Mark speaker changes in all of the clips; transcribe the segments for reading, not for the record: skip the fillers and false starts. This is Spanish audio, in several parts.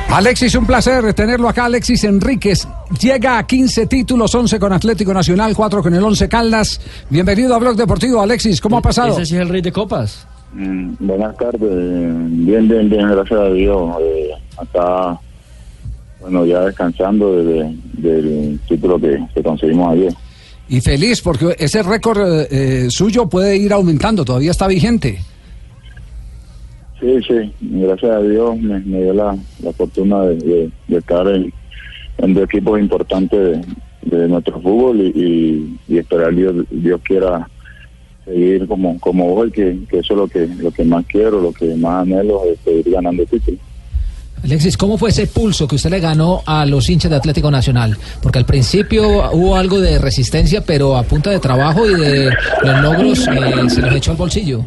Speaker 1: Alexis, un placer tenerlo acá. Alexis Enríquez llega a 15 títulos, 11 con Atlético Nacional, 4 con el Once Caldas. Bienvenido a Blog Deportivo, Alexis, ¿cómo ha pasado?
Speaker 2: Ese sí es el rey de copas.
Speaker 3: Buenas tardes, bien, gracias a Dios. Acá, bueno, ya descansando del título que conseguimos ayer.
Speaker 1: Y feliz porque ese récord suyo puede ir aumentando, todavía está vigente.
Speaker 3: Sí, gracias a Dios me dio la fortuna de estar en dos equipos importantes de nuestro fútbol y esperar Dios quiera seguir como hoy, que eso es lo que más quiero, lo que más anhelo, es seguir ganando títulos.
Speaker 2: Alexis, ¿cómo fue ese pulso que usted le ganó a los hinchas de Atlético Nacional? Porque al principio hubo algo de resistencia, pero a punta de trabajo y de los logros se los echó al bolsillo.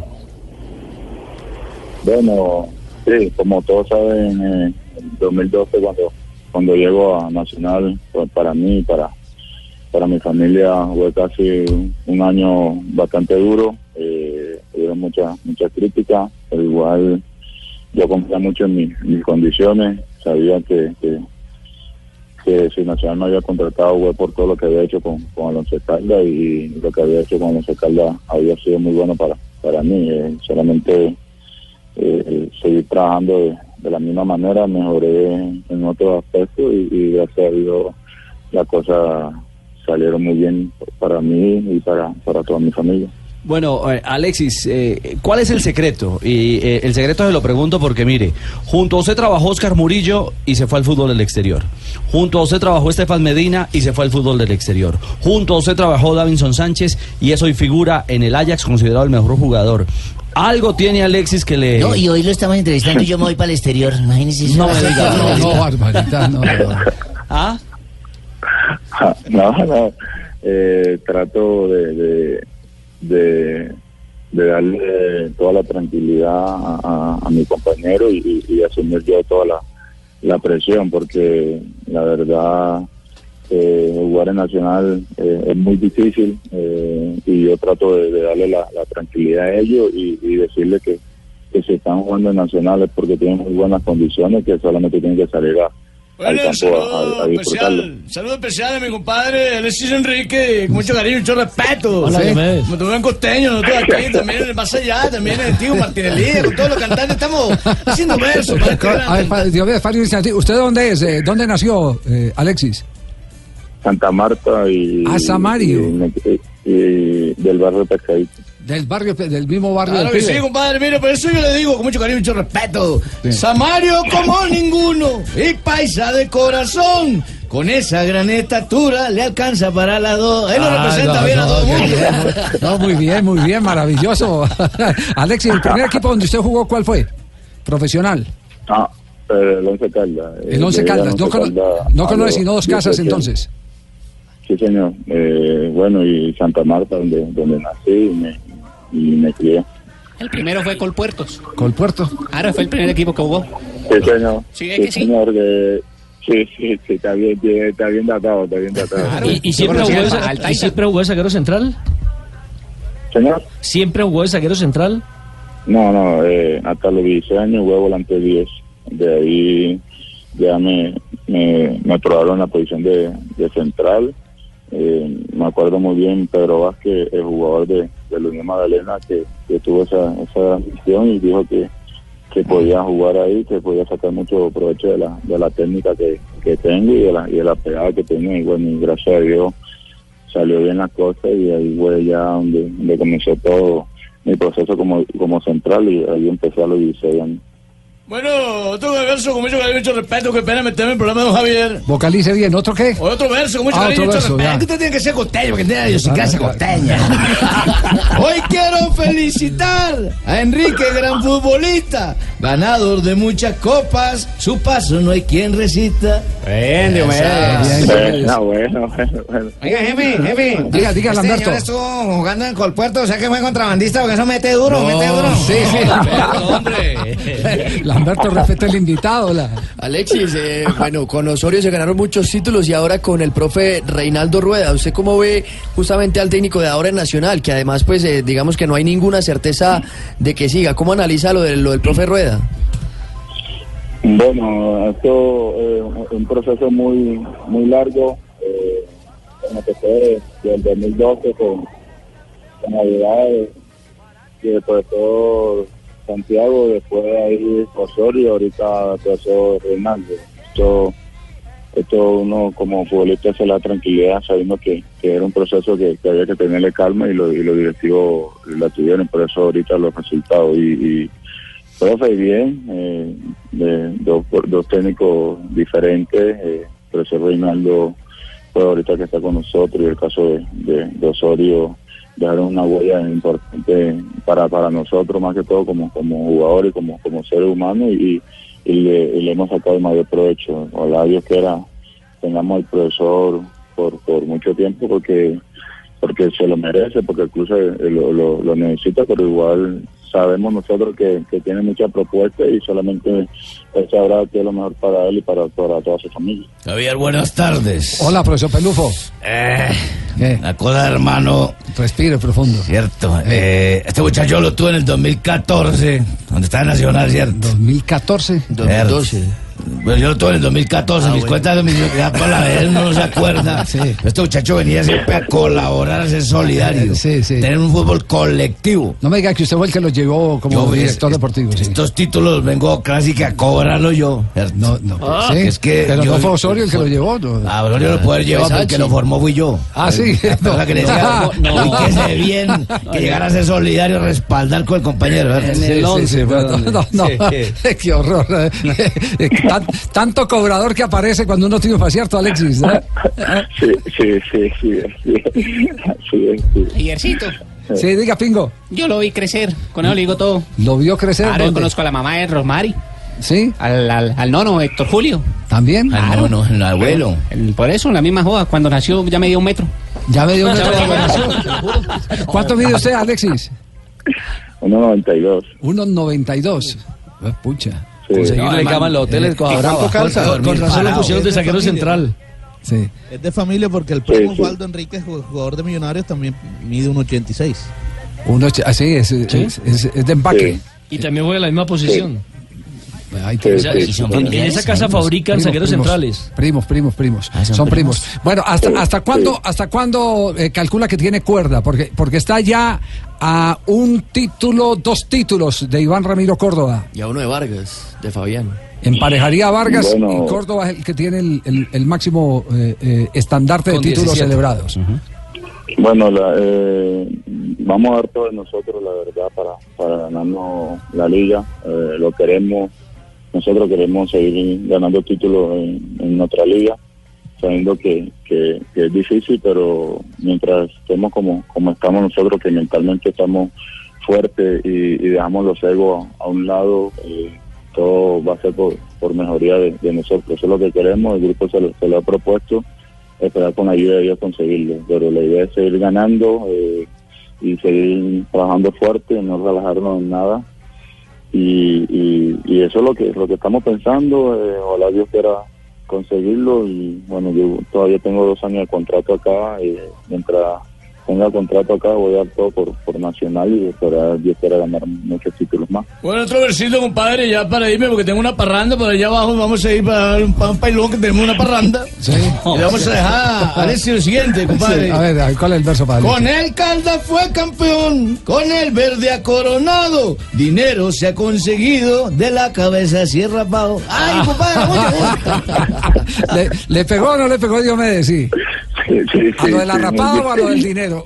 Speaker 3: Bueno, sí, como todos saben, en 2012 cuando llego a Nacional, pues para mí, para mi familia fue casi un año bastante duro, hubo muchas críticas, pero igual yo confiaba mucho en mis condiciones, sabía que si Nacional me había contratado fue por todo lo que había hecho con el Once Caldas, y lo que había hecho con el Once Caldas había sido muy bueno para mí, solamente seguir trabajando de la misma manera, mejoré en otros aspectos y gracias a Dios las cosas salieron muy bien para mí y para toda mi familia.
Speaker 4: Bueno, Alexis, ¿cuál es el secreto? Y el secreto se lo pregunto porque, mire, junto a usted trabajó Oscar Murillo y se fue al fútbol del exterior. Junto a usted trabajó Estefan Medina y se fue al fútbol del exterior. Junto a usted trabajó Davinson Sánchez y es hoy figura en el Ajax, considerado el mejor jugador. Algo tiene Alexis que le...
Speaker 5: No, y hoy lo estamos entrevistando y yo me voy para el exterior. Imagínese eso.
Speaker 4: No me diga.
Speaker 1: No, barbaridad, no.
Speaker 4: ¿Ah?
Speaker 3: No. Trato de darle toda la tranquilidad a mi compañero y asumir yo toda la presión, porque la verdad jugar en Nacional es muy difícil, y yo trato de darle la tranquilidad a ellos y decirle que si están jugando en Nacional es porque tienen muy buenas condiciones, que solamente tienen que salir al campo a disfrutarlo.
Speaker 6: Saludo especial a mi compadre Alexis Enrique, con mucho cariño y mucho respeto.
Speaker 2: Hola,
Speaker 6: como todo en costeño, nosotros aquí también en más allá, también en el tío Martinelli, con todos los cantantes estamos haciendo versos.
Speaker 1: ¿Usted dónde es? ¿Dónde nació, Alexis?
Speaker 3: Santa Marta y
Speaker 1: Samario.
Speaker 3: Y del barrio Pescadito.
Speaker 1: Del mismo barrio.
Speaker 6: Claro que sí, compadre, mire, por eso yo le digo con mucho cariño y mucho respeto. Sí. Samario como ninguno y paisa de corazón. Con esa gran estatura le alcanza para las dos. Él lo representa bien a todo el mundo.
Speaker 1: No, muy bien, maravilloso. Alexis, ¿el primer equipo donde usted jugó cuál fue? ¿Profesional?
Speaker 3: El Once Caldas.
Speaker 1: El Once Caldas. No conoce sino dos casas entonces.
Speaker 3: Sí, señor. Bueno, y Santa Marta, donde nací y me crié.
Speaker 7: El primero fue Colpuertos.
Speaker 1: ¿Colpuerto?
Speaker 7: Claro, fue el primer equipo que jugó.
Speaker 3: Sí, señor.
Speaker 7: Sí,
Speaker 3: señor, sí, está bien datado.
Speaker 7: Claro.
Speaker 2: ¿Y siempre jugó de zaguero central?
Speaker 3: ¿Señor?
Speaker 2: ¿Siempre jugó de zaguero central?
Speaker 3: No, hasta los 16 años jugué volante 10. De ahí ya me probaron la posición de central. Me acuerdo muy bien Pedro Vázquez, el jugador de la Unión Magdalena, que tuvo esa gran visión y dijo que podía jugar ahí, que podía sacar mucho provecho de la técnica que tengo y de la pegada que tengo, y bueno, y gracias a Dios salió bien las cosas, y ahí fue ya donde comenzó todo mi proceso como central, y ahí empecé a los 16 años.
Speaker 6: Bueno, otro verso con mucho cariño y mucho respeto, qué pena meterme en el programa de don Javier.
Speaker 1: Vocalice bien, ¿otro qué?
Speaker 6: Otro verso con mucho cariño y mucho respeto. Usted tiene que ser costeño, porque tiene idiosincrasia costeña. Hoy quiero felicitar a Enrique, gran futbolista, ganador de muchas copas, su paso no hay quien resista.
Speaker 7: Bien, Dios
Speaker 3: mío. Bueno.
Speaker 5: Oiga, jefe.
Speaker 1: Diga, Lamberto.
Speaker 5: Señor estuvo jugando en Colpuerto, o sea que fue contrabandista, porque eso mete duro.
Speaker 1: Sí.
Speaker 2: Hombre.
Speaker 1: Lamberto, respeta el invitado.
Speaker 8: Alexis, bueno, con Osorio se ganaron muchos títulos y ahora con el profe Reinaldo Rueda. ¿Usted cómo ve justamente al técnico de ahora en Nacional? Que además, pues, digamos que no hay ninguna certeza de que siga. ¿Cómo analiza lo del profe Rueda?
Speaker 3: Bueno, esto es un proceso muy largo. Como que fue desde el 2012 con la llegada de todo Santiago, después ahí Osorio, ahorita pasó Reinaldo. Esto uno como futbolista se la tranquilidad sabiendo que era un proceso que había que tenerle calma y los directivos la tuvieron, por eso ahorita los resultados y profe, bien, dos técnicos diferentes, profesor Reinaldo pues ahorita que está con nosotros y el caso de Osorio dejaron una huella importante para nosotros más que todo como jugadores, como seres humanos y le hemos sacado el mayor provecho. Ojalá Dios quiera tengamos al profesor por mucho tiempo porque se lo merece, porque el club lo necesita, pero igual sabemos nosotros que tiene muchas propuestas y solamente él sabrá que es lo mejor para él y para toda su familia.
Speaker 6: Javier, buenas tardes.
Speaker 1: Hola, profesor Pelufo.
Speaker 6: La cosa, hermano.
Speaker 1: Respire profundo.
Speaker 6: Cierto. Este muchacho lo tuve en el 2014, donde está en Nacional, ¿cierto?
Speaker 1: 2014.
Speaker 8: 2012.
Speaker 6: Bueno, yo lo tuve en el 2014, mis cuentas ya por la vez uno no se acuerda.
Speaker 1: Sí.
Speaker 6: Este muchacho venía siempre a colaborar, a ser solidario, tener un fútbol colectivo.
Speaker 1: No me diga que usted fue el que lo llevó como director deportivo. Sí.
Speaker 6: Estos títulos vengo casi que a cobrarlo yo.
Speaker 1: No,
Speaker 6: ¿sí? Es que
Speaker 1: pero no fue Osorio el que lo llevó. No.
Speaker 6: A Osorio lo puede llevar porque lo formó fui yo.
Speaker 1: Ah, sí.
Speaker 6: La que decía, y que se bien que llegara a ser solidario, respaldar con el compañero.
Speaker 4: En el 11.
Speaker 1: No. Qué horror. Tanto cobrador que aparece cuando uno triunfa, ¿cierto, Alexis?
Speaker 3: Sí.
Speaker 7: Ayercito.
Speaker 1: Sí, diga, Pingo.
Speaker 7: Yo lo vi crecer, con eso le digo todo.
Speaker 1: ¿Lo vio crecer?
Speaker 7: Claro, yo
Speaker 1: ¿Dónde?
Speaker 7: conozco a la mamá de Rosmary.
Speaker 1: ¿Sí?
Speaker 7: Al nono, Héctor Julio.
Speaker 1: ¿También?
Speaker 7: Claro.
Speaker 6: No, el abuelo.
Speaker 7: Por eso, la misma joda, cuando nació ya me dio 1 metro.
Speaker 1: Ya me dio un metro de operación. ¿Cuánto mide usted, Alexis?
Speaker 3: 1.92.
Speaker 1: 1.92. Pucha.
Speaker 4: Conseguirle cama en los hoteles con razón lo pusieron de zaguero central.
Speaker 1: Sí.
Speaker 9: Es de familia porque el primo Osvaldo Enríquez, jugador de Millonarios, también mide 1.86.
Speaker 1: Así es de empaque.
Speaker 10: Y también juega en la misma posición.
Speaker 1: En
Speaker 10: esa casa fabrican zagueros centrales.
Speaker 1: Primos. Son primos. Bueno, ¿hasta cuándo calcula que tiene cuerda? Porque está ya a 2 títulos de Iván Ramiro Córdoba.
Speaker 8: Y a uno de Vargas, de Fabián.
Speaker 1: Emparejaría a Vargas
Speaker 3: bueno,
Speaker 1: y Córdoba es el que tiene el máximo estandarte de títulos
Speaker 4: 17
Speaker 1: celebrados.
Speaker 3: Bueno, vamos a dar todo de nosotros, la verdad, para ganarnos la liga. Nosotros queremos seguir ganando títulos en nuestra liga, sabiendo que es difícil, pero mientras estemos como estamos nosotros, que mentalmente estamos fuertes y dejamos los egos a un lado, todo va a ser por mejoría de nosotros. Eso es lo que queremos, el grupo se lo ha propuesto, esperar con la ayuda de Dios conseguirlo, pero la idea es seguir ganando y seguir trabajando fuerte, no relajarnos en nada. Y eso es lo que estamos pensando. Ojalá Dios quiera conseguirlo y bueno, yo todavía tengo 2 años de contrato acá y mientras tenga contrato acá voy a dar todo por Nacional y esperar Dios quiera ganar muchos títulos más.
Speaker 6: Bueno, otro versito, compadre, ya para irme porque tengo una parranda por allá abajo, vamos a ir para un pailón que tenemos una parranda.
Speaker 1: Sí.
Speaker 6: Y le vamos a dejar a Alexis lo siguiente, compadre.
Speaker 1: Sí, a ver, ¿cuál es el verso para Alexis?
Speaker 6: Con el Caldas fue campeón, con el verde ha coronado, dinero se ha conseguido, de la cabeza cierra Pau. ¡Ay, compadre! Mucho gusto.
Speaker 1: ¿Le pegó o no le pegó Diomedes? Sí. ¿A lo de la rapada o a lo del dinero?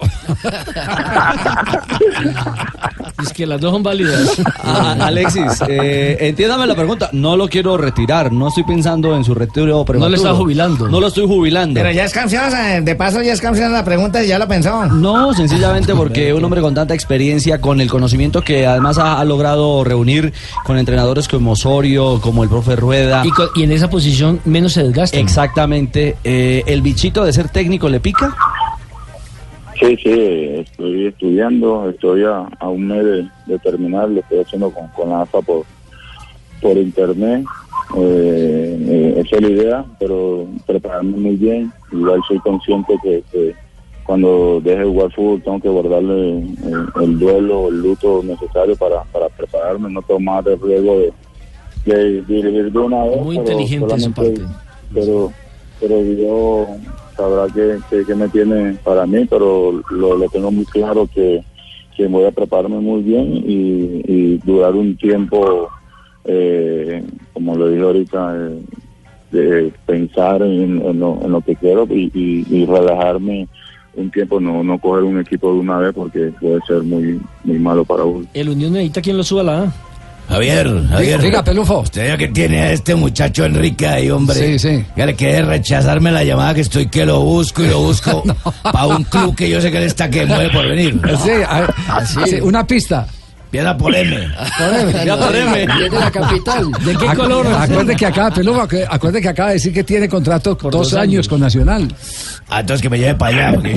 Speaker 10: Es que las dos son válidas.
Speaker 4: Alexis, entiéndame la pregunta. No lo quiero retirar. No estoy pensando en su retiro prematuro.
Speaker 10: No le está jubilando.
Speaker 4: No lo estoy jubilando.
Speaker 5: Pero ya es canción, de paso ya es canción la pregunta y ya la pensó.
Speaker 4: No, sencillamente porque un hombre con tanta experiencia, con el conocimiento que además ha logrado reunir con entrenadores como Osorio, como el profe Rueda.
Speaker 10: Y en esa posición menos se desgasta.
Speaker 4: Exactamente. ¿El bichito de ser técnico le pica?
Speaker 3: Sí, estoy estudiando, estoy a un mes de terminar, lo estoy haciendo con la AFA por internet, esa es la idea, pero prepararme muy bien. Igual soy consciente que cuando deje de jugar fútbol tengo que guardarle el duelo, el luto necesario para prepararme, no tomar el riesgo de dirigir de una vez.
Speaker 10: Muy inteligente de su parte.
Speaker 3: Pero yo sabrá que me tiene para mí, pero lo tengo muy claro que voy a prepararme muy bien y durar un tiempo, como lo dije ahorita, de pensar en lo que quiero y relajarme un tiempo, no coger un equipo de una vez porque puede ser muy malo para uno.
Speaker 10: El Unión necesita quien lo suba la A.
Speaker 6: Javier.
Speaker 1: Diga, Pelufo.
Speaker 6: Usted ya que tiene a este muchacho Enrique ahí, hombre.
Speaker 1: Sí.
Speaker 6: Ya le quiere rechazarme la llamada que lo busco para un club que yo sé que él está que muere por venir.
Speaker 1: Sí, una pista.
Speaker 6: Empieza por M.
Speaker 8: Es de la capital.
Speaker 10: ¿De qué color?
Speaker 1: Acuerde que acaba de decir que tiene contrato por 2 años con Nacional.
Speaker 6: Entonces que me lleve para allá.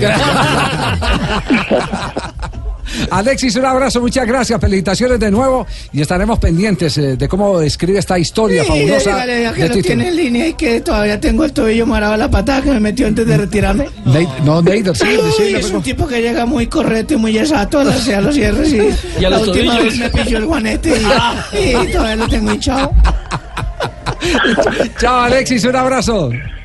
Speaker 1: Alexis, un abrazo, muchas gracias, felicitaciones de nuevo y estaremos pendientes de cómo escribe esta historia fabulosa.
Speaker 5: Dígale que lo tiene en línea y que todavía tengo el tobillo morado a la patada que me metió antes de retirarme.
Speaker 1: Neider, sí.
Speaker 5: Es un tipo que llega muy correcto y muy exacto a los cierres y
Speaker 10: a
Speaker 5: la
Speaker 10: los
Speaker 5: última
Speaker 10: tobillos.
Speaker 5: vez me pilló el guanete y todavía lo tengo hinchado.
Speaker 1: Chao, Alexis, un abrazo.